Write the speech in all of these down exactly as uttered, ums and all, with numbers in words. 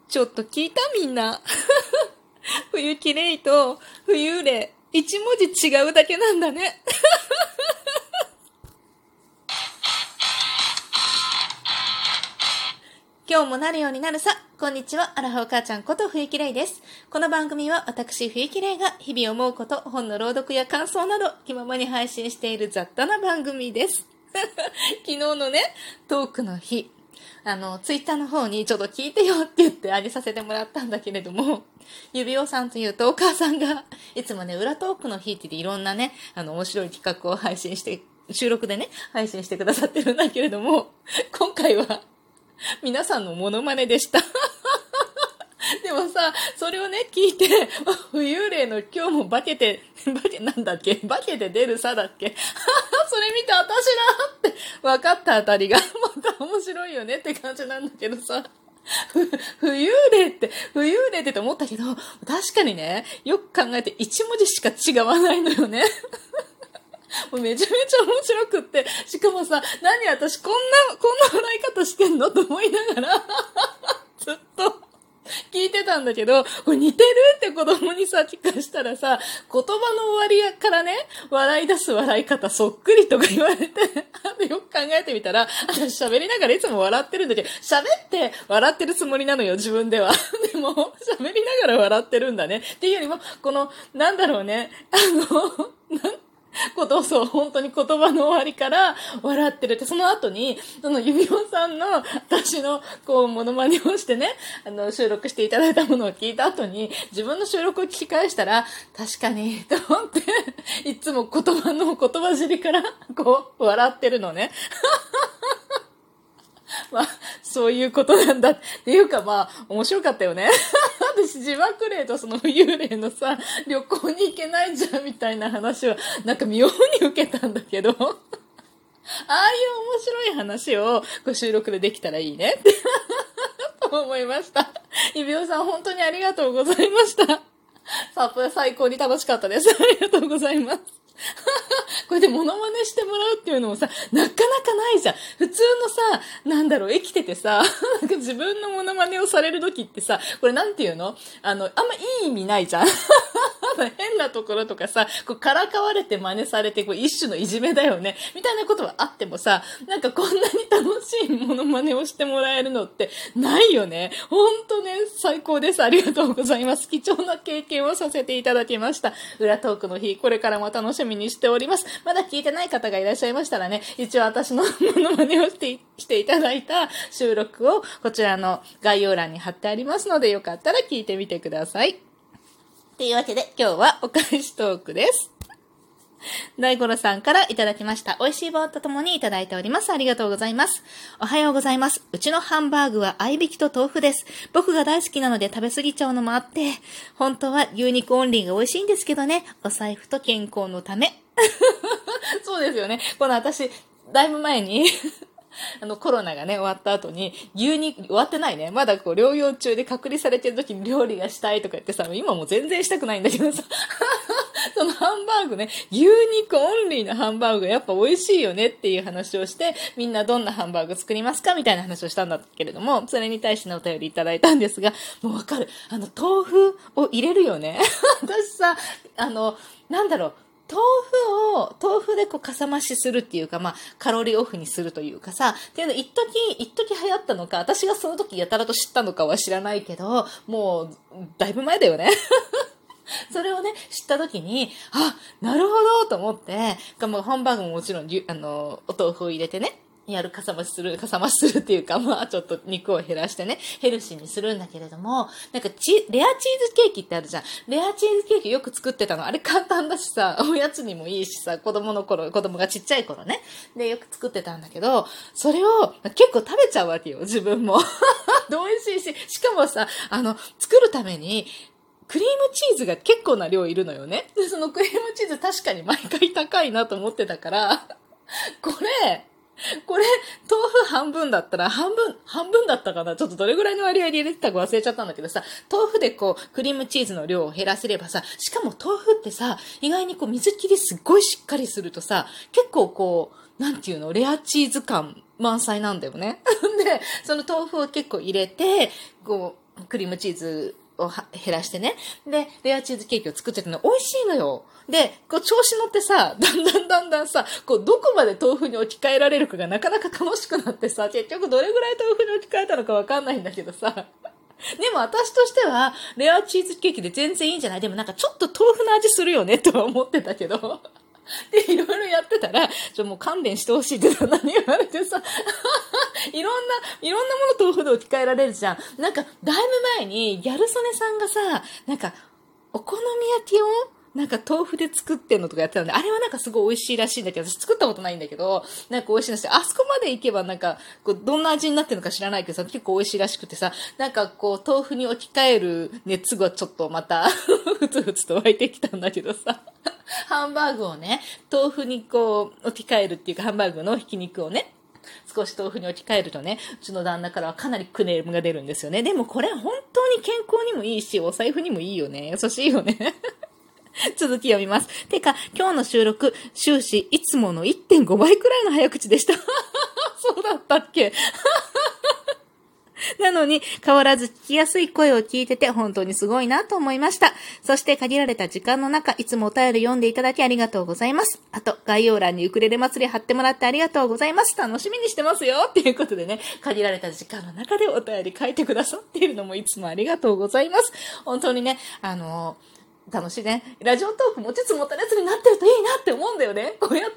ちょっと聞いたみんな。冬きれいと冬霊、一文字違うだけなんだね。今日もなるようになるさ。こんにちは、アラフォー母ちゃんこと冬きれいです。この番組は私冬きれいが日々思うこと、本の朗読や感想など気ままに配信している雑多な番組です。昨日のね、トークの日、あのツイッターの方にちょっと聞いてよって言ってあげさせてもらったんだけれども、指輪さんというトーカーさんがいつもね、裏トークの日って言っていろんなね、あの面白い企画を配信して収録でね配信してくださってるんだけれども、今回は皆さんのモノマネでした。でもさ、それをね聞いて、冬霊の今日も化けて化けなんだっけ化けて出るさだっけそれ見て私だって分かったあたりがまた面白いよねって感じなんだけどさ、冬霊って冬霊ってと思ったけど、確かにね、よく考えて一文字しか違わないのよね。もうめちゃめちゃ面白くって、しかもさ、何私こんなこんな笑い方してんのと思いながらずっと聞いてたんだけど、これ似てるって子供にさ聞かしたらさ、言葉の終わりからね笑い出す笑い方そっくりとか言われて、よく考えてみたら私喋りながらいつも笑ってるんだけど、喋って笑ってるつもりなのよ自分では。でも喋りながら笑ってるんだねっていうよりも、このなんだろうね、あのなんことそう本当に言葉の終わりから笑ってるって、その後にその指輪さんの私のこうモノマネをしてね、あの収録していただいたものを聞いた後に自分の収録を聞き返したら、確かにと思っていつも言葉の言葉尻からこう笑ってるのね。まあそういうことなんだっていうか、まあ面白かったよね。私自爆霊とその幽霊のさ旅行に行けないじゃんみたいな話はなんか妙に受けたんだけど、ああいう面白い話をご収録でできたらいいねってと思いました。指輪さん本当にありがとうございました。サープ最高に楽しかったです。ありがとうございます。これでモノマネしてもらうっていうのもさ、なかなかないじゃん。普通のさ、なんだろう、生きててさ、なんか自分のモノマネをされる時ってさ、これなんていうの、あの、あんまいい意味ないじゃん。変なところとかさ、こうからかわれて真似されて、こう一種のいじめだよねみたいなことはあってもさ、なんかこんなに楽しいモノマネをしてもらえるのってないよね。ほんとね、最高です。ありがとうございます。貴重な経験をさせていただきました。裏トークの日、これからも楽しみにしております。まだ聞いてない方がいらっしゃいましたらね、一応私のモノマネをしてしていただいた収録をこちらの概要欄に貼ってありますので、よかったら聞いてみてください。というわけで今日はお返しトークです。大五郎さんからいただきました。美味しい棒とともにいただいております。ありがとうございます。おはようございます。うちのハンバーグは合いびきと豆腐です。僕が大好きなので食べ過ぎちゃうのもあって、本当は牛肉オンリーが美味しいんですけどね、お財布と健康のため。そうですよね。この私だいぶ前にあのコロナがね終わった後に牛肉終わってないね、まだこう療養中で隔離されてる時に料理がしたいとか言ってさ、今もう全然したくないんだけどさそのハンバーグね、牛肉オンリーのハンバーグやっぱ美味しいよねっていう話をして、みんなどんなハンバーグ作りますかみたいな話をしたんだけれども、それに対してのお便りいただいたんですが、もうわかる、あの豆腐を入れるよね私さ、あのなんだろう、豆腐を、豆腐でこうかさ増しするっていうか、まあ、カロリーオフにするというかさ、っていうの、一時、一時流行ったのか、私がその時やたらと知ったのかは知らないけど、もう、だいぶ前だよね。それをね、知った時に、あ、なるほどと思って、もうハンバーグももちろん、あの、お豆腐を入れてね、やるかさ増しする、かさ増しするっていうか、まあちょっと肉を減らしてね、ヘルシーにするんだけれども、なんかチ、レアチーズケーキってあるじゃん。レアチーズケーキよく作ってたの。あれ簡単だしさ、おやつにもいいしさ、子供の頃、子供がちっちゃい頃ね。で、よく作ってたんだけど、それを結構食べちゃうわけよ、自分も。美味しいし、しかもさ、あの、作るために、クリームチーズが結構な量いるのよね。で、そのクリームチーズ確かに毎回高いなと思ってたから、これ、これ、豆腐半分だったら、半分、半分だったかな、ちょっとどれぐらいの割合で入れてたか忘れちゃったんだけどさ、豆腐でこう、クリームチーズの量を減らせればさ、しかも豆腐ってさ、意外にこう、水切りすっごいしっかりするとさ、結構こう、なんていうの、レアチーズ感満載なんだよね。で、その豆腐を結構入れて、こう、 クリームチーズを減らしてね。で、レアチーズケーキを作ってたの美味しいのよ。で、こう調子乗ってさ、だんだんだんだんさ、こうどこまで豆腐に置き換えられるかがなかなか楽しくなってさ、結局どれぐらい豆腐に置き換えたのかわかんないんだけどさ。でも私としては、レアチーズケーキで全然いいんじゃない？でもなんかちょっと豆腐の味するよねとは思ってたけど。で、いろいろやってたら、ちょ、もう勘弁してほしいって旦那に言われてさ、いろんな、いろんなもの豆腐で置き換えられるじゃん。なんか、だいぶ前に、ギャル曽根さんがさ、なんか、お好み焼きを、なんか豆腐で作ってんのとかやってたんで、あれはなんかすごい美味しいらしいんだけど、私作ったことないんだけど、なんか美味しいんですよ。あそこまで行けばなんか、こう、どんな味になってるのか知らないけどさ、結構美味しいらしくてさ、なんかこう、豆腐に置き換える熱がちょっとまた、ふつふつと湧いてきたんだけどさ、ハンバーグをね、豆腐にこう、置き換えるっていうか、ハンバーグのひき肉をね、少し豆腐に置き換えるとね、うちの旦那からはかなりクレームが出るんですよね。でもこれ本当に健康にもいいし、お財布にもいいよね。優しいよね。続き読みます。てか、今日の収録、終始、いつもの いってんご 倍くらいの早口でした。そうだったっけなのに、変わらず聞きやすい声を聞いてて本当にすごいなと思いました。そして限られた時間の中、いつもお便り読んでいただきありがとうございます。あと、概要欄にウクレレ祭り貼ってもらってありがとうございます。楽しみにしてますよ。っていうことでね、限られた時間の中でお便り書いてくださっているのもいつもありがとうございます。本当にね、あのー、楽しいね。ラジオトーク持ちつ持たれつになってるといいなって思うんだよね。こうやって。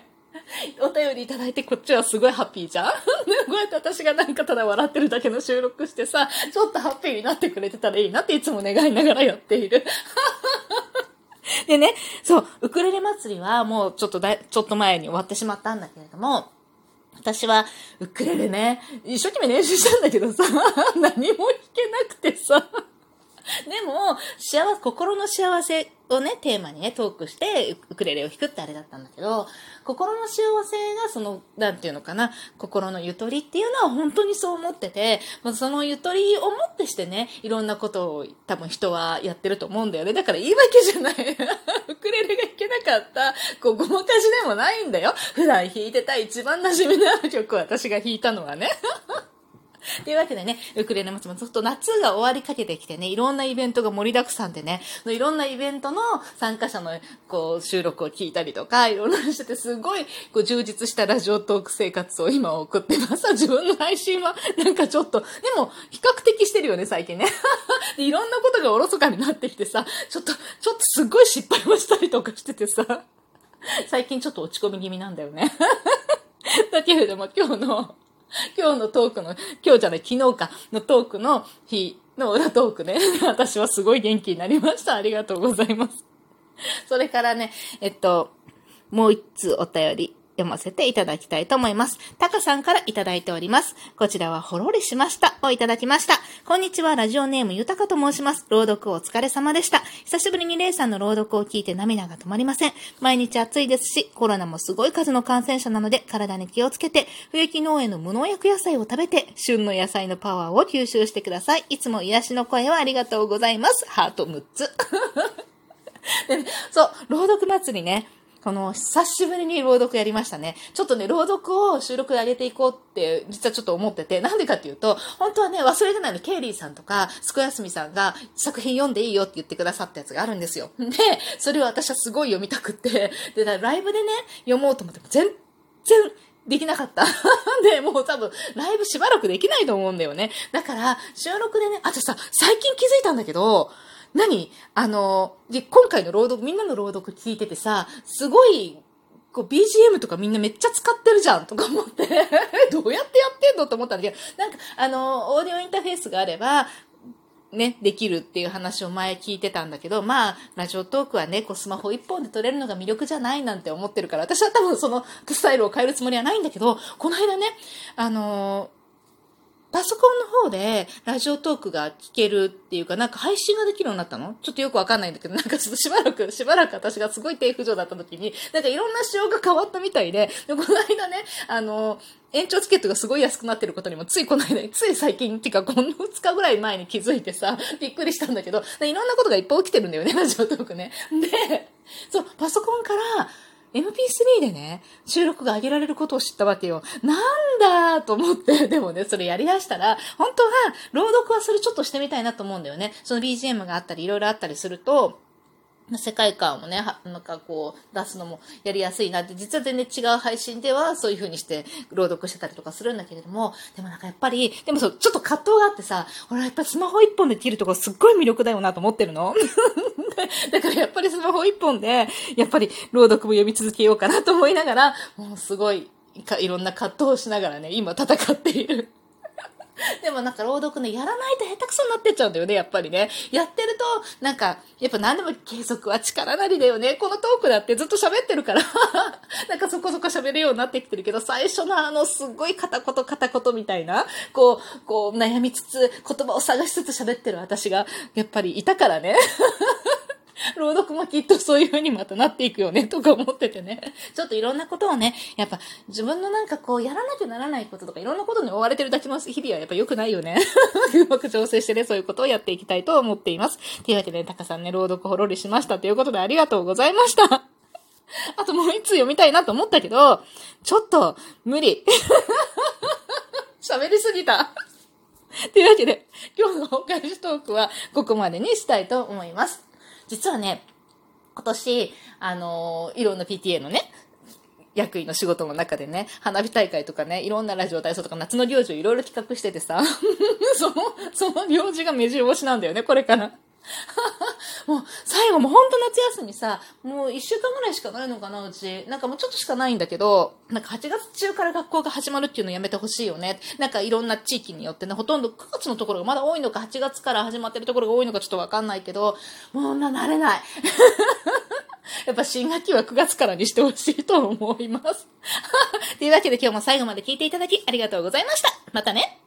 お便りいただいてこっちはすごいハッピーじゃん。こうやって私がなんかただ笑ってるだけの収録してさ、ちょっとハッピーになってくれてたらいいなっていつも願いながらやっている。でね、そう、ウクレレ祭りはもうちょっとだい、ちょっと前に終わってしまったんだけれども、私はウクレレね、一生懸命練習したんだけどさ、何も弾けなくてさ、でも、幸せ、心の幸せをね、テーマにね、トークして、ウクレレを弾くってあれだったんだけど、心の幸せがその、なんていうのかな、心のゆとりっていうのは本当にそう思ってて、まあ、そのゆとりをもってしてね、いろんなことを多分人はやってると思うんだよね。だから言い訳じゃない。ウクレレが弾けなかった、こう、ごまかしでもないんだよ。普段弾いてた一番馴染みのある曲を私が弾いたのはね。というわけでね、ウクレレ祭りもずっと夏が終わりかけてきてね、いろんなイベントが盛りだくさんでね、いろんなイベントの参加者のこう収録を聞いたりとか、いろいろしててすごいこう充実したラジオトーク生活を今送ってます。自分の配信はなんかちょっと、でも比較的してるよね、最近ね。でいろんなことがおろそかになってきてさ、ちょっと、ちょっとすごい失敗をしたりとかしててさ、最近ちょっと落ち込み気味なんだよね。だけれども今日の今日のトークの、今日じゃない、昨日かのトークの日の裏トークね。私はすごい元気になりました。ありがとうございます。それからね、えっと、もう一通お便り読ませていただきたいと思います。タカさんからいただいております。こちらはほろりしましたをいただきました。こんにちは、ラジオネームゆたかと申します。朗読お疲れ様でした。久しぶりにレイさんの朗読を聞いて涙が止まりません。毎日暑いですし、コロナもすごい数の感染者なので体に気をつけて、冬木農園の無農薬野菜を食べて、旬の野菜のパワーを吸収してください。いつも癒しの声をありがとうございます。ハートむっつ。でね、そう、朗読祭りね。この、久しぶりに朗読やりましたね。ちょっとね、朗読を収録で上げていこうって、実はちょっと思ってて、なんでかっていうと、本当はね、忘れてないの、ケイリーさんとか、すこやすみさんが作品読んでいいよって言ってくださったやつがあるんですよ。で、それを私はすごい読みたくって、で、ライブでね、読もうと思っても全然、できなかった。で、もう多分、ライブしばらくできないと思うんだよね。だから、収録でね、あとさ、最近気づいたんだけど、何あの、で、今回の朗読、みんなの朗読聞いててさ、すごい、こう ビージーエム とかみんなめっちゃ使ってるじゃんとか思って、どうやってやってんのと思ったんだけど、なんか、あの、オーディオインターフェースがあれば、ね、できるっていう話を前聞いてたんだけど、まあ、ラジオトークはね、こうスマホ一本で撮れるのが魅力じゃないなんて思ってるから、私は多分そのスタイルを変えるつもりはないんだけど、この間ね、あのー、パソコンの方でラジオトークが聞けるっていうか、なんか配信ができるようになったの？ちょっとよくわかんないんだけど、なんかちょっとしばらく、しばらく私がすごい低浮上だった時に、なんかいろんな仕様が変わったみたいで、でこの間ね、あの、延長チケットがすごい安くなってることにもついこの間、つい最近、っていうかこのふつかぐらい前に気づいてさ、びっくりしたんだけど、いろんなことがいっぱい起きてるんだよね、ラジオトークね。で、そう、パソコンからエムピースリー でね、収録が上げられることを知ったわけよ。なんだと思って、でもね、それやりだしたら、本当は、朗読はそれちょっとしてみたいなと思うんだよね。その ビージーエム があったり、いろいろあったりすると、世界観をね、なんかこう、出すのもやりやすいなって、実は全然違う配信では、そういう風にして朗読してたりとかするんだけれども、でもなんかやっぱり、でもそう、ちょっと葛藤があってさ、俺はやっぱりスマホ一本で切るところすっごい魅力だよなと思ってるの。だからやっぱりスマホ一本で、やっぱり朗読も読み続けようかなと思いながら、もうすごい、いろんな葛藤をしながらね、今戦っている。でもなんか朗読ね、やらないと下手くそになってっちゃうんだよね、やっぱりね。やってると、なんか、やっぱ何でも継続は力なりだよね。このトークだってずっと喋ってるから、なんかそこそこ喋れるようになってきてるけど、最初のあの、すっごい片言片言みたいな、こう、こう悩みつつ、言葉を探しつつ喋ってる私が、やっぱりいたからね。朗読もきっとそういう風にまたなっていくよね、とか思っててね。ちょっといろんなことをね、やっぱ自分のなんかこう、やらなきゃならないこととか、いろんなことに追われてるだけの日々はやっぱ良くないよね。うまく調整してね、そういうことをやっていきたいと思っています。というわけで、タカさんね、朗読ほろりしましたということでありがとうございました。あともう一通読みたいなと思ったけど、ちょっと、無理。喋りすぎた。というわけで、今日のお返しトークはここまでにしたいと思います。実はね、今年、あのー、いろんな ピーティーエー のね、役員の仕事の中でね、花火大会とかね、いろんなラジオ体操とか夏の行事をいろいろ企画しててさ、その、その行事が目白押しなんだよね、これから。もう、最後もうほんと夏休みさ、もう一週間ぐらいしかないのかな、うち。なんかもうちょっとしかないんだけど、なんかはちがつ中から学校が始まるっていうのやめてほしいよね。なんかいろんな地域によってね、ほとんどくがつのところがまだ多いのか、はちがつから始まってるところが多いのかちょっとわかんないけど、もうな、慣れない。やっぱ新学期はくがつからにしてほしいと思います。というわけで今日も最後まで聞いていただきありがとうございました。またね。